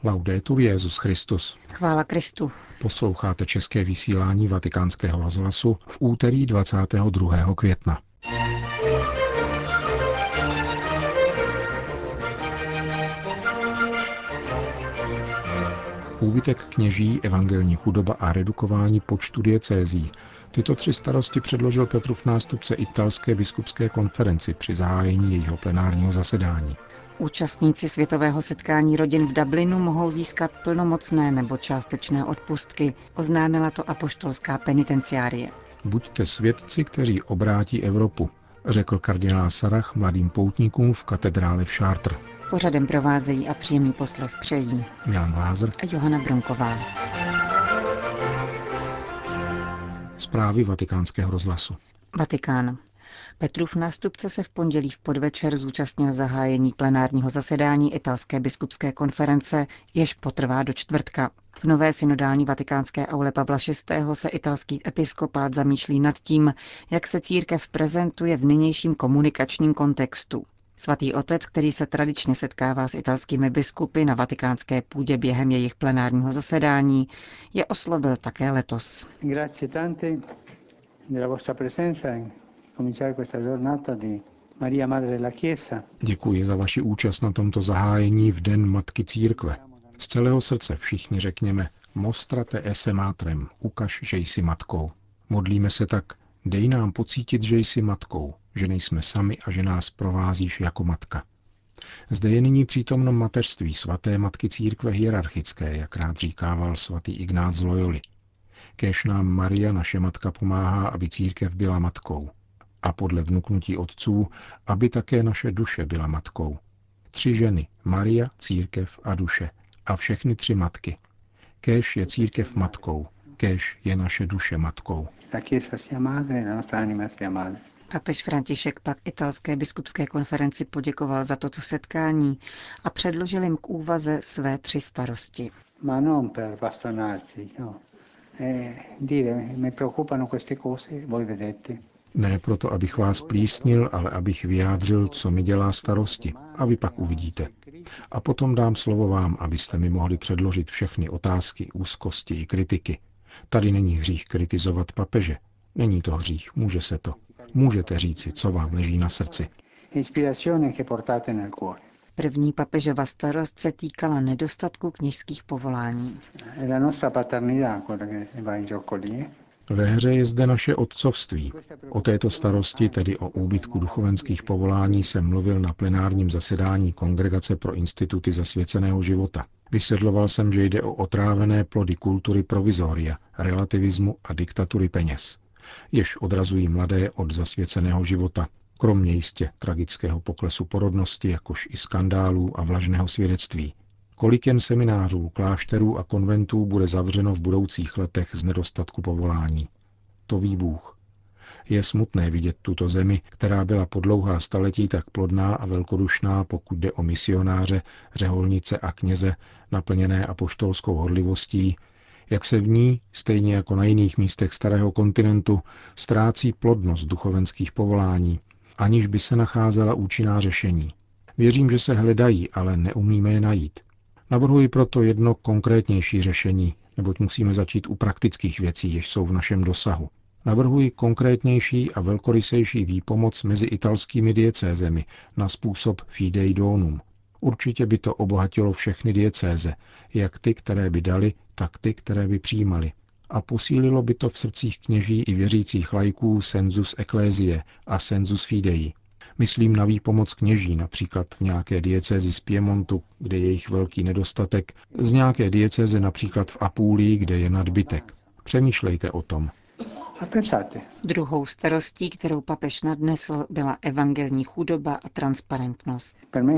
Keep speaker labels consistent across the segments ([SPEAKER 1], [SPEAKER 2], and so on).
[SPEAKER 1] Laudetur Jesus Christus.
[SPEAKER 2] Chvála Kristu.
[SPEAKER 1] Posloucháte české vysílání Vatikánského rozhlasu v úterý 22. května. Úbytek kněží, evangelní chudoba a redukování počtu diecézí. Tyto tři starosti předložil Petrův nástupce italské biskupské konferenci při zahájení jejího plenárního zasedání.
[SPEAKER 2] Účastníci světového setkání rodin v Dublinu mohou získat plnomocné nebo částečné odpustky, oznámila to apoštolská penitenciárie.
[SPEAKER 1] Buďte svědci, kteří obrátí Evropu, řekl kardinál Sarah mladým poutníkům v katedrále v Chartres.
[SPEAKER 2] Pořadem provázejí a příjemný poslech přejí
[SPEAKER 1] Milan Lázer
[SPEAKER 2] a Johana Brunková.
[SPEAKER 1] Zprávy Vatikánského rozhlasu.
[SPEAKER 2] Vatikán. Petrův nástupce se v pondělí v podvečer zúčastnil zahájení plenárního zasedání italské biskupské konference, jež potrvá do čtvrtka. V nové synodální vatikánské aule Pavla VI. Se italský episkopát zamýšlí nad tím, jak se církev prezentuje v nynějším komunikačním kontextu. Svatý otec, který se tradičně setkává s italskými biskupy na vatikánské půdě během jejich plenárního zasedání, je oslovil také letos.
[SPEAKER 3] Grazie tante della vostra presenza in cominciare questa giornata di Maria Madre della Chiesa.
[SPEAKER 1] Děkuji za vaši účast na tomto zahájení v Den Matky Církve. Z celého srdce všichni řekněme Mostrate esse matrem, ukaž, že jsi matkou. Modlíme se tak, dej nám pocítit, že jsi matkou, že nejsme sami a že nás provázíš jako matka. Zde je nyní přítomno mateřství svaté Matky Církve hierarchické, jak rád říkával svatý Ignác z Loyoli. Kéž nám Maria, naše matka, pomáhá, aby církev byla matkou. A podle vnuknutí otců, aby také naše duše byla matkou. 3 ženy, Maria, církev a duše. A všechny 3 matky. Kéž je církev matkou, kéž je naše duše matkou.
[SPEAKER 2] Papež František pak italské biskupské konferenci poděkoval za toto setkání a předložil jim k úvaze své 3 starosti.
[SPEAKER 1] Ne proto, abych vás plísnil, ale abych vyjádřil, co mi dělá starosti. A vy pak uvidíte. A potom dám slovo vám, abyste mi mohli předložit všechny otázky, úzkosti i kritiky. Tady není hřích kritizovat papeže. Není to hřích, může se to. Můžete říci, co vám leží na srdci.
[SPEAKER 2] První papežova starost se týkala nedostatku kněžských povolání.
[SPEAKER 1] Ve hře je zde naše otcovství. O této starosti, tedy o úbytku duchovenských povolání, jsem mluvil na plenárním zasedání Kongregace pro instituty zasvěceného života. Vysvětloval jsem, že jde o otrávené plody kultury provizoria, relativismu a diktatury peněz, jež odrazují mladé od zasvěceného života, kromě jistě tragického poklesu porodnosti, jakož i skandálů a vlažného svědectví. Kolik jen seminářů, klášterů a konventů bude zavřeno v budoucích letech z nedostatku povolání. To ví Bůh. Je smutné vidět tuto zemi, která byla po dlouhá staletí tak plodná a velkodušná, pokud jde o misionáře, řeholnice a kněze, naplněné apoštolskou horlivostí, jak se v ní, stejně jako na jiných místech starého kontinentu, ztrácí plodnost duchovenských povolání, aniž by se nacházela účinná řešení. Věřím, že se hledají, ale neumíme je najít. Navrhuji proto jedno konkrétnější řešení, neboť musíme začít u praktických věcí, jež jsou v našem dosahu. Navrhuji konkrétnější a velkorysejší výpomoc mezi italskými diecézemi na způsob Fidei Donum. Určitě by to obohatilo všechny diecéze, jak ty, které by dali, tak ty, které by přijímali. A posílilo by to v srdcích kněží i věřících laiků sensus ecclesiae a sensus fidei. Myslím na výpomoc kněží, například v nějaké diecézi z Piemontu, kde je jich velký nedostatek, z nějaké diecéze například v Apulii, kde je nadbytek. Přemýšlejte o tom.
[SPEAKER 2] Druhou starostí, kterou papež nadnesl, byla evangelní chudoba a transparentnost.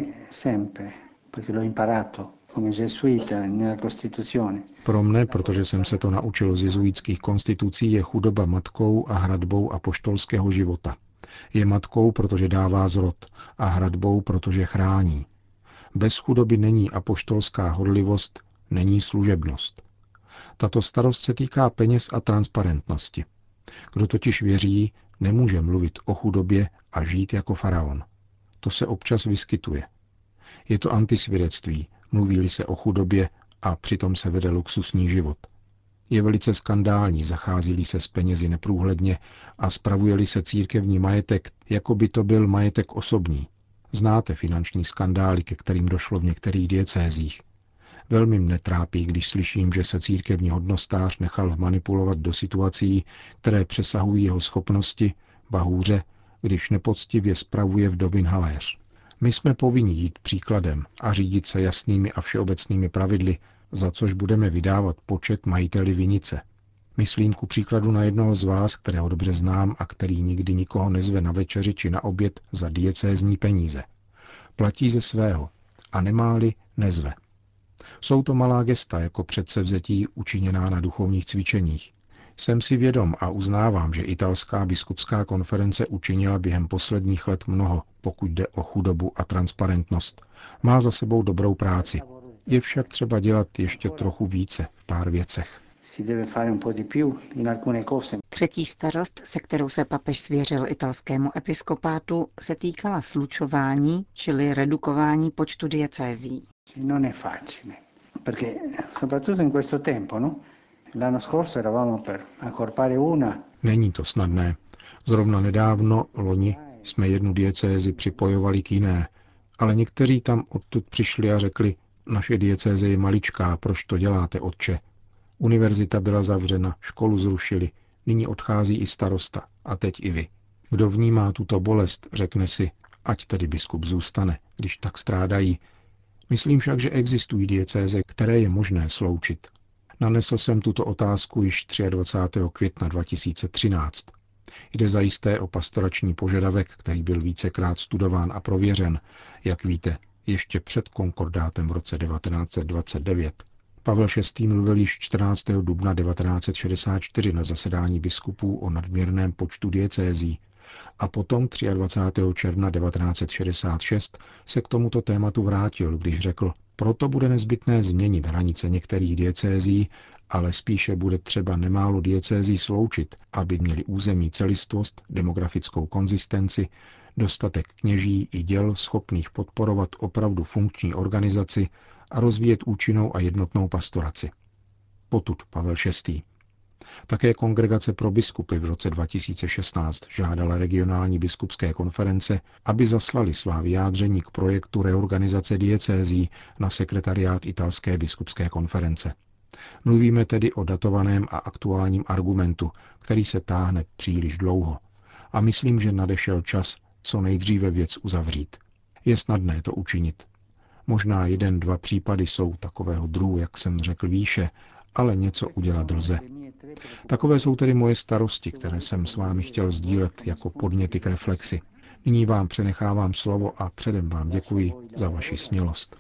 [SPEAKER 1] Pro mne, protože jsem se to naučil z jezuitských konstitucí, je chudoba matkou a hradbou apoštolského života. Je matkou, protože dává zrod, a hradbou, protože chrání. Bez chudoby není apoštolská horlivost, není služebnost. Tato starost se týká peněz a transparentnosti. Kdo totiž věří, nemůže mluvit o chudobě a žít jako faraon. To se občas vyskytuje. Je to antisvědectví Mluví se o chudobě a přitom se vede luxusní život. Je velice skandální, zachází se s penězi neprůhledně a spravuje se církevní majetek, jako by to byl majetek osobní. Znáte finanční skandály, ke kterým došlo v některých diecézích. Velmi mne trápí, když slyším, že se církevní hodnostář nechal vmanipulovat do situací, které přesahují jeho schopnosti, ba hůře, když nepoctivě spravuje vdovin haléř. My jsme povinni jít příkladem a řídit se jasnými a všeobecnými pravidly, za což budeme vydávat počet majiteli vinice. Myslím ku příkladu na jednoho z vás, kterého dobře znám a který nikdy nikoho nezve na večeři či na oběd za diecézní peníze. Platí ze svého a nemá-li, nezve. Jsou to malá gesta jako předsevzetí učiněná na duchovních cvičeních. Jsem si vědom a uznávám, že italská biskupská konference učinila během posledních let mnoho, pokud jde o chudobu a transparentnost. Má za sebou dobrou práci. Je však třeba dělat ještě trochu více v pár věcech.
[SPEAKER 2] Třetí starost, se kterou se papež svěřil italskému episkopátu, se týkala slučování, čili redukování počtu diecézí.
[SPEAKER 1] Není to snadné. Zrovna nedávno, loni, jsme jednu diecézi připojovali k jiné, ale někteří tam odtud přišli a řekli, naše diecéze je maličká, proč to děláte, otče? Univerzita byla zavřena, školu zrušili, nyní odchází i starosta, a teď i vy. Kdo vnímá tuto bolest, řekne si, ať tedy biskup zůstane, když tak strádají. Myslím však, že existují diecéze, které je možné sloučit. Nanesl jsem tuto otázku již 23. května 2013. Jde zajisté o pastorační požadavek, který byl vícekrát studován a prověřen, jak víte, ještě před konkordátem v roce 1929. Pavel VI. Mluvil již 14. dubna 1964 na zasedání biskupů o nadměrném počtu diecézí a potom 23. června 1966 se k tomuto tématu vrátil, když řekl, proto bude nezbytné změnit hranice některých diecézí, ale spíše bude třeba nemálo diecézí sloučit, aby měli územní celistvost, demografickou konzistenci, dostatek kněží i děl schopných podporovat opravdu funkční organizaci a rozvíjet účinnou a jednotnou pastoraci. Potud Pavel VI. Také Kongregace pro biskupy v roce 2016 žádala regionální biskupské konference, aby zaslali svá vyjádření k projektu reorganizace diecézí na sekretariát italské biskupské konference. Mluvíme tedy o datovaném a aktuálním argumentu, který se táhne příliš dlouho. A myslím, že nadešel čas co nejdříve věc uzavřít. Je snadné to učinit. Možná 1-2 případy jsou takového druhu, jak jsem řekl výše, ale něco udělat lze. Takové jsou tedy moje starosti, které jsem s vámi chtěl sdílet jako podněty k reflexi. Nyní vám přenechávám slovo a předem vám děkuji za vaši smělost.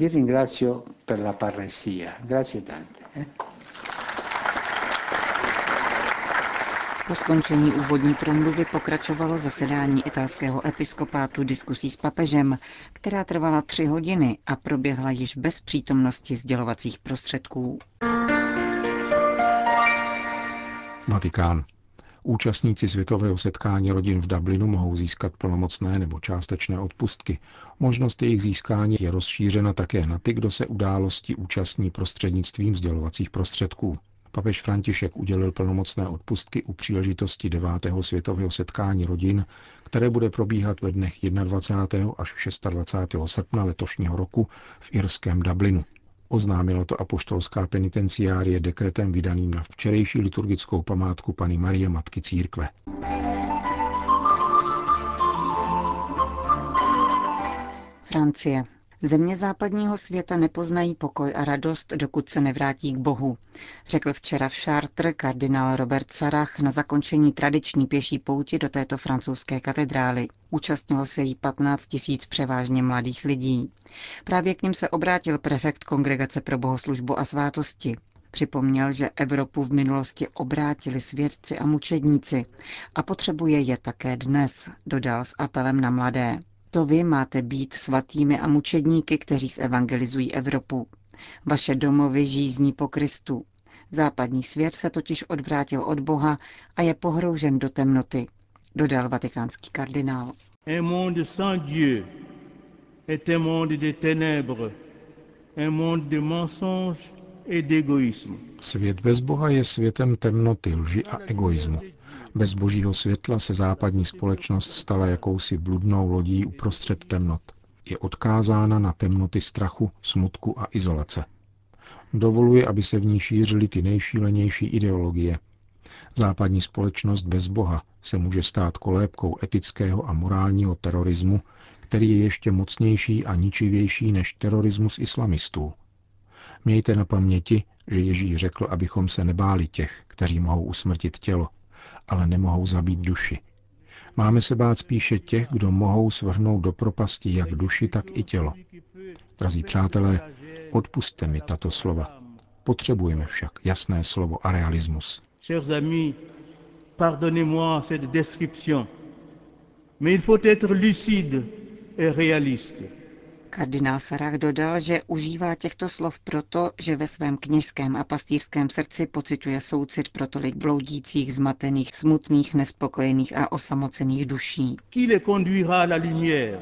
[SPEAKER 2] Po skončení úvodní promluvy pokračovalo zasedání italského episkopátu diskusí s papežem, která trvala 3 hodiny a proběhla již bez přítomnosti sdělovacích prostředků.
[SPEAKER 1] Vatikán. Účastníci světového setkání rodin v Dublinu mohou získat plnomocné nebo částečné odpustky. Možnost jejich získání je rozšířena také na ty, kdo se události účastní prostřednictvím sdělovacích prostředků. Papež František udělil plnomocné odpustky u příležitosti 9. světového setkání rodin, které bude probíhat ve dnech 21. až 26. srpna letošního roku v irském Dublinu. Oznámila to apoštolská penitenciárie dekretem vydaným na včerejší liturgickou památku Panny Marie Matky Církve.
[SPEAKER 2] Francie. Země západního světa nepoznají pokoj a radost, dokud se nevrátí k Bohu, řekl včera v Chartres kardinál Robert Sarach na zakončení tradiční pěší pouti do této francouzské katedrály. Účastnilo se jí 15 000 převážně mladých lidí. Právě k nim se obrátil prefekt Kongregace pro bohoslužbu a svátosti. Připomněl, že Evropu v minulosti obrátili svědci a mučedníci a potřebuje je také dnes, dodal s apelem na mladé. To vy máte být svatými a mučedníky, kteří zevangelizují Evropu. Vaše domovy žízní po Kristu. Západní svět se totiž odvrátil od Boha a je pohroužen do temnoty, dodal vatikánský kardinál.
[SPEAKER 4] Un monde sans Dieu est un monde de ténèbres. un monde de mensonges et d'égoïsme.
[SPEAKER 1] Svět bez Boha je světem temnoty, lži a egoismu. Bez božího světla se západní společnost stala jakousi bludnou lodí uprostřed temnot. Je odkázána na temnoty strachu, smutku a izolace. Dovoluje, aby se v ní šířily ty nejšílenější ideologie. Západní společnost bez Boha se může stát kolébkou etického a morálního terorismu, který je ještě mocnější a ničivější než terorismus islamistů. Mějte na paměti, že Ježíš řekl, abychom se nebáli těch, kteří mohou usmrtit tělo, ale nemohou zabít duši. Máme se bát spíše těch, kdo mohou svrhnout do propasti jak duši, tak i tělo. Drazí přátelé, odpusťte mi tato slova. Potřebujeme však jasné slovo a realismus.
[SPEAKER 4] Chers amis, pardonnez-moi cette description, mais il faut être lucide et réaliste.
[SPEAKER 2] Kardinál Sarah dodal, že užívá těchto slov proto, že ve svém kněžském a pastýřském srdci pociťuje soucit pro tolik bloudících, zmatených, smutných, nespokojených a osamocených duší.
[SPEAKER 4] Qui les conduira à la lumière?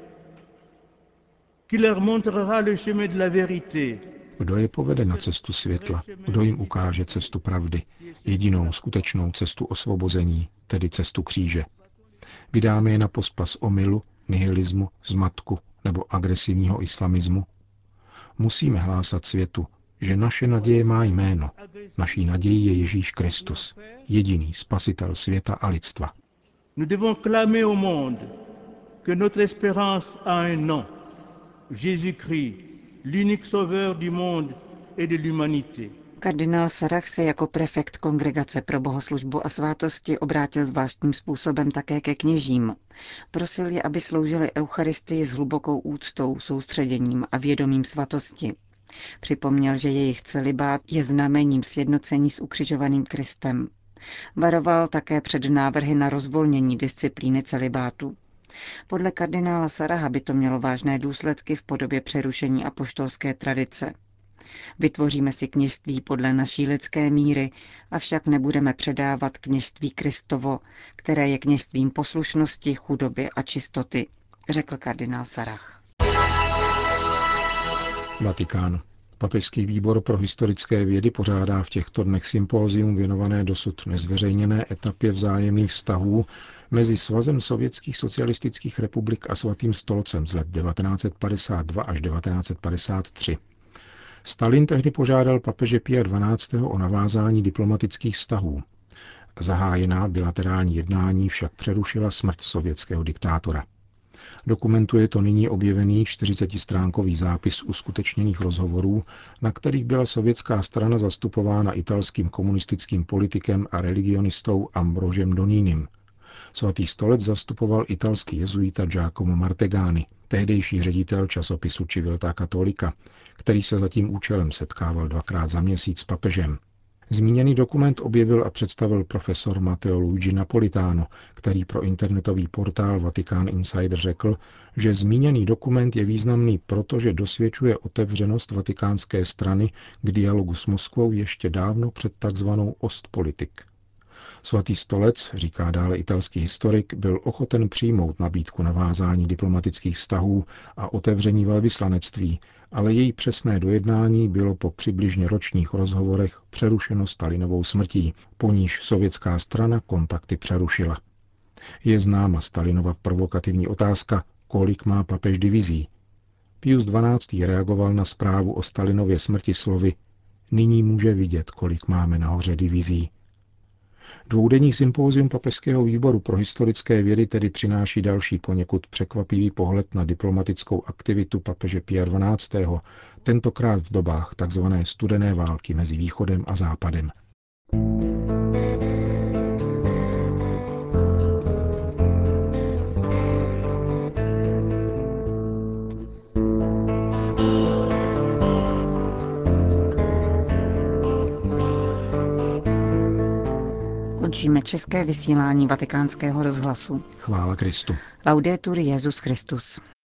[SPEAKER 4] Qui leur montrera le chemin de la vérité?
[SPEAKER 1] Kdo je povede na cestu světla, kdo jim ukáže cestu pravdy, jedinou skutečnou cestu osvobození, tedy cestu kříže. Vydáme je na pospas omylu, nihilismu, zmatku nebo agresivního islamismu. Musíme hlásat světu, že naše naděje má jméno. Naší nadějí je Ježíš Kristus, jediný spasitel světa a lidstva.
[SPEAKER 4] Nous devons clamer au monde que notre espérance a un nom, Jésus-Christ, l'unique sauveur du monde et de l'humanité.
[SPEAKER 2] Kardinál Sarah se jako prefekt Kongregace pro bohoslužbu a svátosti obrátil zvláštním způsobem také ke kněžím. Prosil je, aby sloužili Eucharistii s hlubokou úctou, soustředěním a vědomím svatosti. Připomněl, že jejich celibát je znamením sjednocení s ukřižovaným Kristem. Varoval také před návrhy na rozvolnění disciplíny celibátu. Podle kardinála Saraha by to mělo vážné důsledky v podobě přerušení apoštolské tradice. Vytvoříme si kněžství podle naší lidské míry, avšak nebudeme předávat kněžství Kristovo, které je kněžstvím poslušnosti, chudoby a čistoty, řekl kardinál Sarah.
[SPEAKER 1] Vatikán. Papežský výbor pro historické vědy pořádá v těchto dnech sympózium věnované dosud nezveřejněné etapě vzájemných vztahů mezi Svazem sovětských socialistických republik a Svatým stolcem z let 1952 až 1953. Stalin tehdy požádal papeže Pia XII. O navázání diplomatických vztahů. Zahájená bilaterální jednání však přerušila smrt sovětského diktátora. Dokumentuje to nyní objevený 40stránkový zápis uskutečněných rozhovorů, na kterých byla sovětská strana zastupována italským komunistickým politikem a religionistou Ambrogem Donínim. Svatý stolec zastupoval italský jezuita Giacomo Martegani, tehdejší ředitel časopisu Civiltà Cattolica, který se za tím účelem setkával 2krát za měsíc s papežem. Zmíněný dokument objevil a představil profesor Matteo Luigi Napolitano, který pro internetový portál Vatican Insider řekl, že zmíněný dokument je významný, protože dosvědčuje otevřenost vatikánské strany k dialogu s Moskvou ještě dávno před takzvanou Ostpolitik. Svatý stolec, říká dále italský historik, byl ochoten přijmout nabídku navázání diplomatických vztahů a otevření velvyslanectví, ale její přesné dojednání bylo po přibližně ročních rozhovorech přerušeno Stalinovou smrtí, po níž sovětská strana kontakty přerušila. Je známa Stalinova provokativní otázka, kolik má papež divizí. Pius XII. Reagoval na zprávu o Stalinově smrti slovy: nyní může vidět, kolik máme nahoře divizí. Dvoudenní sympózium Papežského výboru pro historické vědy tedy přináší další poněkud překvapivý pohled na diplomatickou aktivitu papeže Pia XII., tentokrát v dobách tzv. Studené války mezi Východem a Západem.
[SPEAKER 2] Končíme české vysílání Vatikánského rozhlasu.
[SPEAKER 1] Chvála Kristu.
[SPEAKER 2] Laudetur Jesus Christus.